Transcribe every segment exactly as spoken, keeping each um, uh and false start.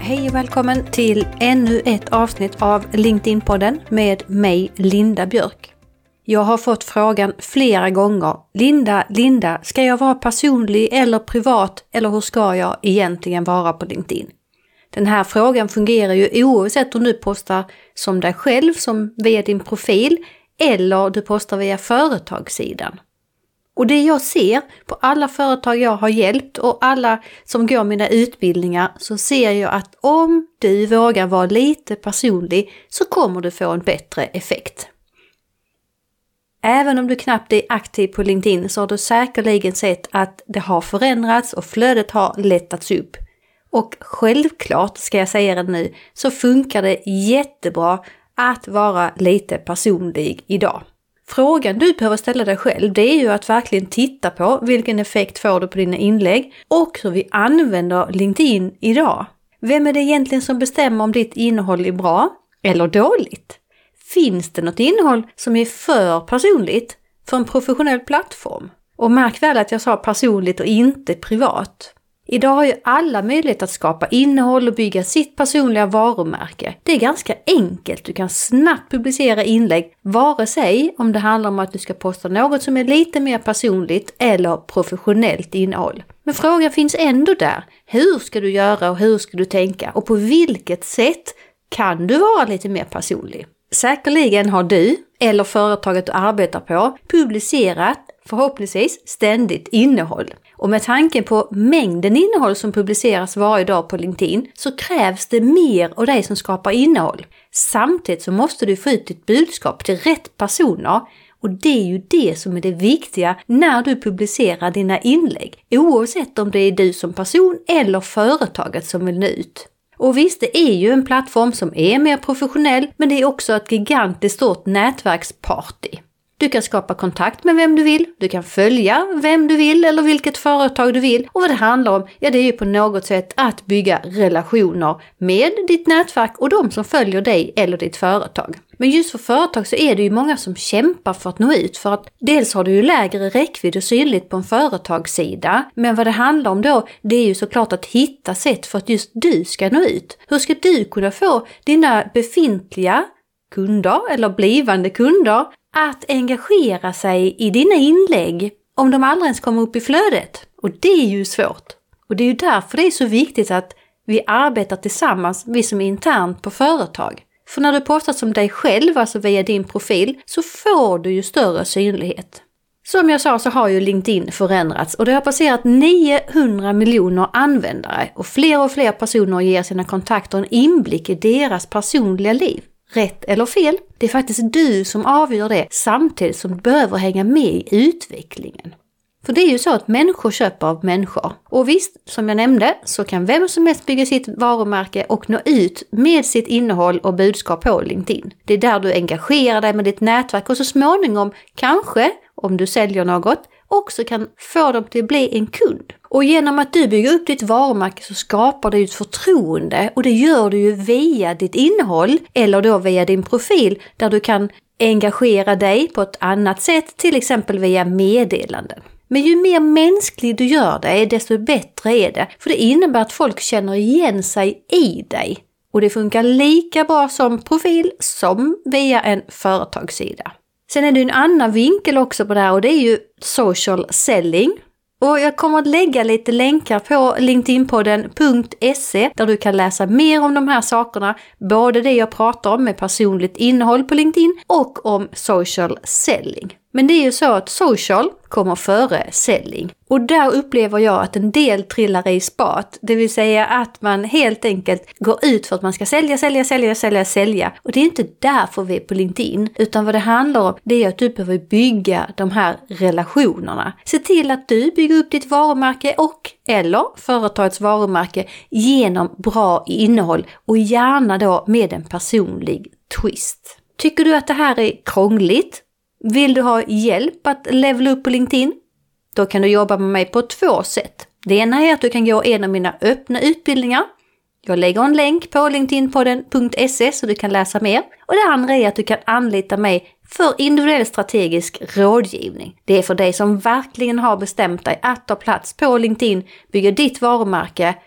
Hej och välkommen till ännu ett avsnitt av LinkedIn-podden med mig, Linda Björk. Jag har fått frågan flera gånger. Linda, Linda, ska jag vara personlig eller privat eller hur ska jag egentligen vara på LinkedIn? Den här frågan fungerar ju oavsett om du postar som dig själv, som via din profil eller du postar via företagssidan. Och det jag ser på alla företag jag har hjälpt och alla som går mina utbildningar så ser jag att om du vågar vara lite personlig så kommer du få en bättre effekt. Även om du knappt är aktiv på LinkedIn så har du säkerligen sett att det har förändrats och flödet har lättats upp. Och självklart, ska jag säga det nu, så funkar det jättebra att vara lite personlig idag. Frågan du behöver ställa dig själv, det är ju att verkligen titta på vilken effekt får du på dina inlägg och hur vi använder LinkedIn idag. Vem är det egentligen som bestämmer om ditt innehåll är bra eller dåligt? Finns det något innehåll som är för personligt för en professionell plattform? Och märk väl att jag sa personligt och inte privat. Idag har ju alla möjlighet att skapa innehåll och bygga sitt personliga varumärke. Det är ganska enkelt. Du kan snabbt publicera inlägg, vare sig om det handlar om att du ska posta något som är lite mer personligt eller professionellt innehåll. Men frågan finns ändå där. Hur ska du göra och hur ska du tänka? Och på vilket sätt kan du vara lite mer personlig? Säkerligen har du eller företaget du arbetar på publicerat förhoppningsvis ständigt innehåll. Och med tanke på mängden innehåll som publiceras varje dag på LinkedIn så krävs det mer av dig som skapar innehåll. Samtidigt så måste du få ut ditt budskap till rätt personer och det är ju det som är det viktiga när du publicerar dina inlägg. Oavsett om det är du som person eller företaget som vill nå ut. Och visst, det är ju en plattform som är mer professionell men det är också ett gigantiskt stort nätverksparty. Du kan skapa kontakt med vem du vill, du kan följa vem du vill eller vilket företag du vill. Och vad det handlar om, ja det är ju på något sätt att bygga relationer med ditt nätverk och de som följer dig eller ditt företag. Men just för företag så är det ju många som kämpar för att nå ut för att dels har du ju lägre räckvidd och synligt på en företagssida. Men vad det handlar om då, det är ju såklart att hitta sätt för att just du ska nå ut. Hur ska du kunna få dina befintliga kunder eller blivande kunder att engagera sig i dina inlägg om de aldrig ens kommer upp i flödet? Och det är ju svårt. Och det är ju därför det är så viktigt att vi arbetar tillsammans, vi som är internt på företag. För när du postar som dig själv, alltså via din profil, så får du ju större synlighet. Som jag sa så har ju LinkedIn förändrats och det har passerat niohundra miljoner användare och fler och fler personer ger sina kontakter en inblick i deras personliga liv. Rätt eller fel, det är faktiskt du som avgör det samtidigt som du behöver hänga med i utvecklingen. För det är ju så att människor köper av människor. Och visst, som jag nämnde, så kan vem som helst bygga sitt varumärke och nå ut med sitt innehåll och budskap på LinkedIn. Det är där du engagerar dig med ditt nätverk och så småningom, kanske, om du säljer något, också kan få dem till att bli en kund. Och genom att du bygger upp ditt varumärke så skapar du ett förtroende och det gör du ju via ditt innehåll eller då via din profil där du kan engagera dig på ett annat sätt, till exempel via meddelanden. Men ju mer mänsklig du gör det, desto bättre är det. För det innebär att folk känner igen sig i dig. Och det funkar lika bra som profil som via en företagssida. Sen är det en annan vinkel också på det här och det är ju social selling. Och jag kommer att lägga lite länkar på linkedinpodden punkt se där du kan läsa mer om de här sakerna. Både det jag pratar om med personligt innehåll på LinkedIn och om social selling. Men det är ju så att social kommer före selling. Och där upplever jag att en del trillar i spat. Det vill säga att man helt enkelt går ut för att man ska sälja, sälja, sälja, sälja, sälja. Och det är inte därför vi är på LinkedIn. Utan vad det handlar om det är att du behöver bygga de här relationerna. Se till att du bygger upp ditt varumärke och eller företagets varumärke genom bra innehåll. Och gärna då med en personlig twist. Tycker du att det här är krångligt? Vill du ha hjälp att levela upp på LinkedIn? Då kan du jobba med mig på två sätt. Det ena är att du kan gå en av mina öppna utbildningar. Jag lägger en länk på linkedinpodden punkt se så du kan läsa mer. Och det andra är att du kan anlita mig för individuell strategisk rådgivning. Det är för dig som verkligen har bestämt dig att ta plats på LinkedIn, bygga ditt varumärke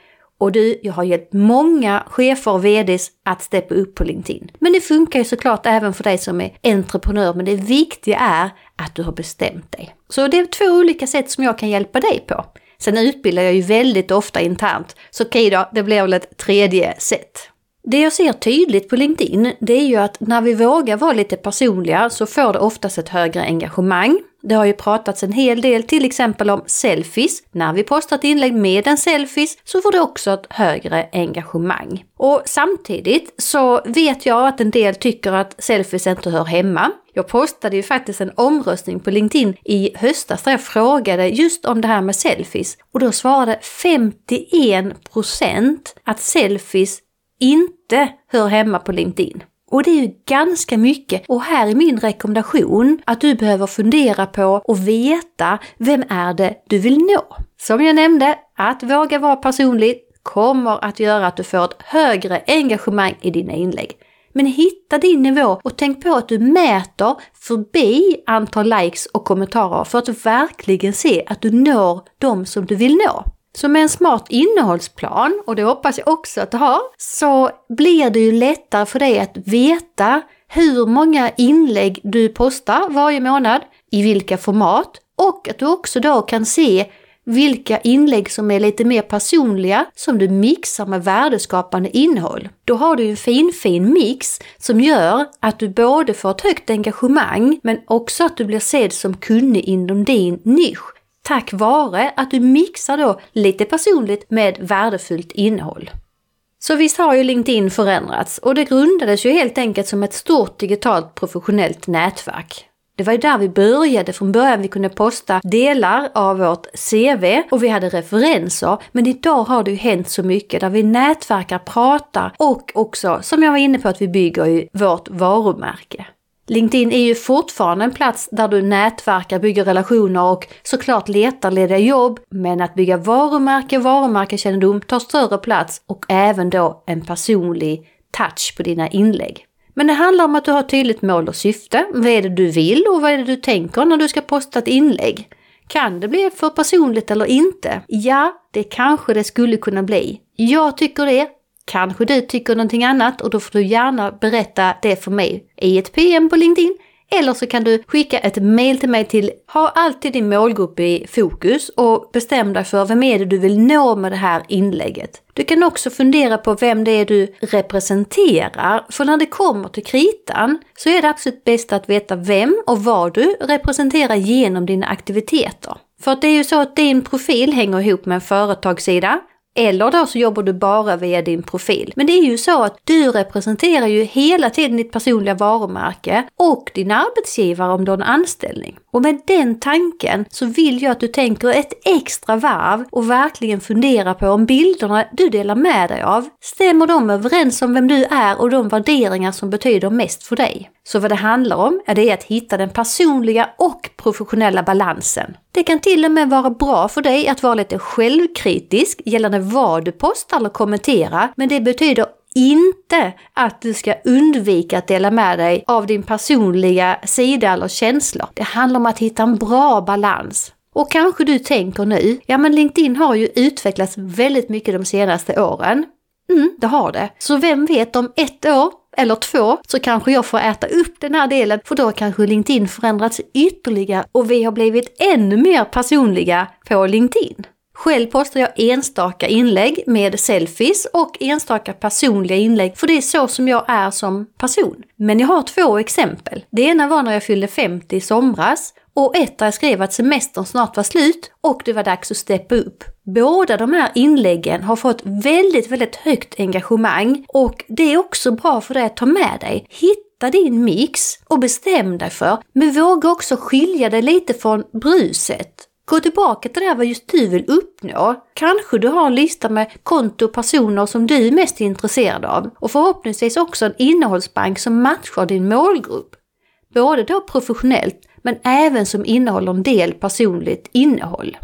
Och du, jag har hjälpt många chefer och vd's att steppa upp på LinkedIn. Men det funkar ju såklart även för dig som är entreprenör, men det viktiga är att du har bestämt dig. Så det är två olika sätt som jag kan hjälpa dig på. Sen utbildar jag ju väldigt ofta internt, så okej då, det blir väl ett tredje sätt. Det jag ser tydligt på LinkedIn, det är ju att när vi vågar vara lite personliga så får det oftast ett högre engagemang. Det har ju pratats en hel del till exempel om selfies. När vi postar ett inlägg med en selfies så får det också ett högre engagemang. Och samtidigt så vet jag att en del tycker att selfies inte hör hemma. Jag postade ju faktiskt en omröstning på LinkedIn i höstas där jag frågade just om det här med selfies. Och då svarade femtioen procent att selfies inte hör hemma på LinkedIn. Och det är ju ganska mycket, och här är min rekommendation att du behöver fundera på och veta vem är det du vill nå. Som jag nämnde, att våga vara personlig kommer att göra att du får ett högre engagemang i dina inlägg. Men hitta din nivå och tänk på att du mäter förbi antal likes och kommentarer för att verkligen se att du når dem som du vill nå. Så med en smart innehållsplan, och det hoppas jag också att du har, så blir det ju lättare för dig att veta hur många inlägg du postar varje månad, i vilka format, och att du också då kan se vilka inlägg som är lite mer personliga som du mixar med värdeskapande innehåll. Då har du en fin fin mix som gör att du både får ett högt engagemang men också att du blir sedd som kunnig inom din nisch. Tack vare att du mixar då lite personligt med värdefullt innehåll. Så visst har ju LinkedIn förändrats, och det grundades ju helt enkelt som ett stort digitalt professionellt nätverk. Det var ju där vi började från början. Vi kunde posta delar av vårt C V och vi hade referenser. Men idag har det ju hänt så mycket där vi nätverkar, pratar och också, som jag var inne på, att vi bygger ju vårt varumärke. LinkedIn är ju fortfarande en plats där du nätverkar, bygger relationer och såklart letar lediga jobb. Men att bygga varumärke och varumärkekännedom tar större plats och även då en personlig touch på dina inlägg. Men det handlar om att du har tydligt mål och syfte. Vad är det du vill och vad är det du tänker när du ska posta ett inlägg? Kan det bli för personligt eller inte? Ja, det kanske det skulle kunna bli. Jag tycker det. Kanske du tycker någonting annat, och då får du gärna berätta det för mig i ett P M på LinkedIn. Eller så kan du skicka ett mail till mig till ha alltid din målgrupp i fokus och bestäm dig för vem är det du vill nå med det här inlägget. Du kan också fundera på vem det är du representerar, för när det kommer till kritan så är det absolut bäst att veta vem och vad du representerar genom dina aktiviteter. För att det är ju så att din profil hänger ihop med en företagssida. Eller då så jobbar du bara via din profil. Men det är ju så att du representerar ju hela tiden ditt personliga varumärke och din arbetsgivare om du har en anställning. Och med den tanken så vill jag att du tänker ett extra varv och verkligen funderar på om bilderna du delar med dig av stämmer de överens om vem du är och de värderingar som betyder mest för dig. Så vad det handlar om är det att hitta den personliga och professionella balansen. Det kan till och med vara bra för dig att vara lite självkritisk gällande vad du postar eller kommenterar, men det betyder inte att du ska undvika att dela med dig av din personliga sida eller känslor. Det handlar om att hitta en bra balans. Och kanske du tänker nu, ja men LinkedIn har ju utvecklats väldigt mycket de senaste åren. Mm, det har det. Så vem vet, om ett år eller två så kanske jag får äta upp den här delen, för då kanske LinkedIn förändrats ytterligare och vi har blivit ännu mer personliga på LinkedIn. Själv postar jag enstaka inlägg med selfies och enstaka personliga inlägg, för det är så som jag är som person. Men jag har två exempel. Det ena var när jag fyllde femtio i somras och ett där jag skrev att semestern snart var slut och det var dags att steppa upp. Båda de här inläggen har fått väldigt, väldigt högt engagemang, och det är också bra för dig att ta med dig. Hitta din mix och bestäm dig för, men våga också skilja dig lite från bruset. Gå tillbaka till det vad just du vill uppnå. Kanske du har en lista med konto och personer som du är mest intresserad av, och förhoppningsvis också en innehållsbank som matchar din målgrupp. Både då professionellt men även som innehåller en del personligt innehåll.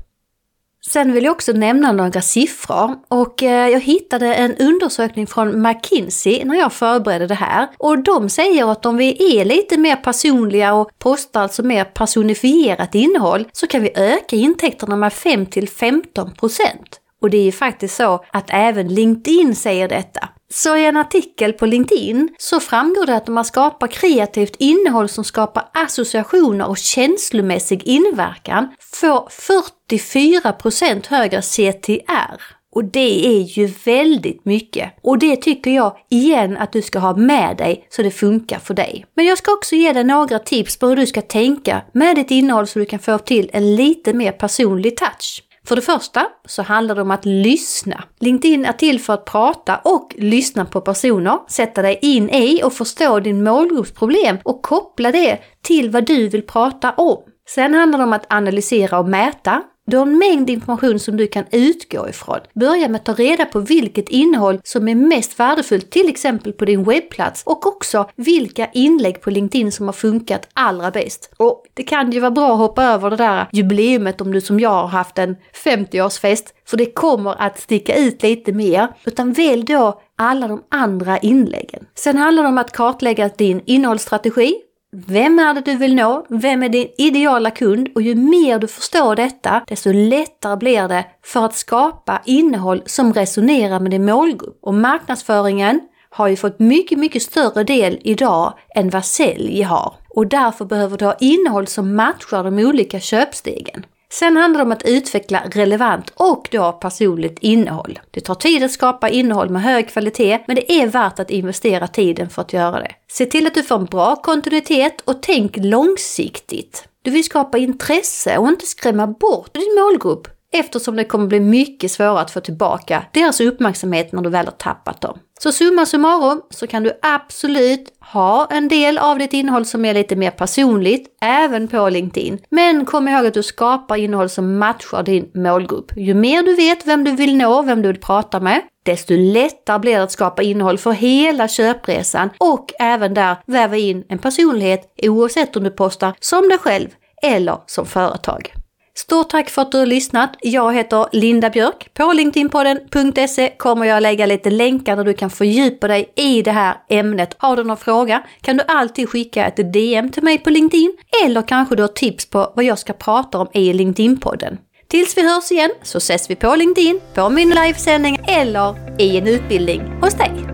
Sen vill jag också nämna några siffror, och jag hittade en undersökning från McKinsey när jag förberedde det här, och de säger att om vi är lite mer personliga och postar alltså mer personifierat innehåll så kan vi öka intäkterna med fem till femton procent. Och det är faktiskt så att även LinkedIn säger detta. Så i en artikel på LinkedIn så framgår det att om man skapar kreativt innehåll som skapar associationer och känslomässig inverkan får fyrtiofyra procent högre C T R. Och det är ju väldigt mycket. Och det tycker jag igen att du ska ha med dig så det funkar för dig. Men jag ska också ge dig några tips på hur du ska tänka med ditt innehåll så du kan få till en lite mer personlig touch. För det första så handlar det om att lyssna. LinkedIn är till för att prata och lyssna på personer, sätta dig in i och förstå din målgruppsproblem och koppla det till vad du vill prata om. Sen handlar det om att analysera och mäta. Du har en mängd information som du kan utgå ifrån. Börja med att ta reda på vilket innehåll som är mest värdefullt, till exempel på din webbplats, och också vilka inlägg på LinkedIn som har funkat allra bäst. Och det kan ju vara bra att hoppa över det där jubileumet om du som jag har haft en femtioårsfest, för det kommer att sticka ut lite mer, utan välj då alla de andra inläggen. Sen handlar det om att kartlägga din innehållsstrategi. Vem är det du vill nå? Vem är din ideala kund? Och ju mer du förstår detta, desto lättare blir det för att skapa innehåll som resonerar med din målgrupp. Och marknadsföringen har ju fått mycket, mycket större del idag än vad sälj har. Och därför behöver du ha innehåll som matchar de olika köpstegen. Sen handlar det om att utveckla relevant och då personligt innehåll. Det tar tid att skapa innehåll med hög kvalitet, men det är värt att investera tiden för att göra det. Se till att du får en bra kontinuitet och tänk långsiktigt. Du vill skapa intresse och inte skrämma bort din målgrupp, eftersom det kommer bli mycket svårare att få tillbaka deras uppmärksamhet när du väl har tappat dem. Så summa summarum så kan du absolut ha en del av ditt innehåll som är lite mer personligt, även på LinkedIn. Men kom ihåg att du skapar innehåll som matchar din målgrupp. Ju mer du vet vem du vill nå, vem du vill prata med, desto lättare blir det att skapa innehåll för hela köpresan och även där väva in en personlighet oavsett om du postar som dig själv eller som företag. Stort tack för att du har lyssnat. Jag heter Linda Björk. På linkedinpodden punkt se kommer jag lägga lite länkar där du kan fördjupa dig i det här ämnet. Har du någon fråga kan du alltid skicka ett D M till mig på LinkedIn, eller kanske du har tips på vad jag ska prata om i LinkedIn-podden. Tills vi hörs igen så ses vi på LinkedIn, på min livesändning eller i en utbildning hos dig.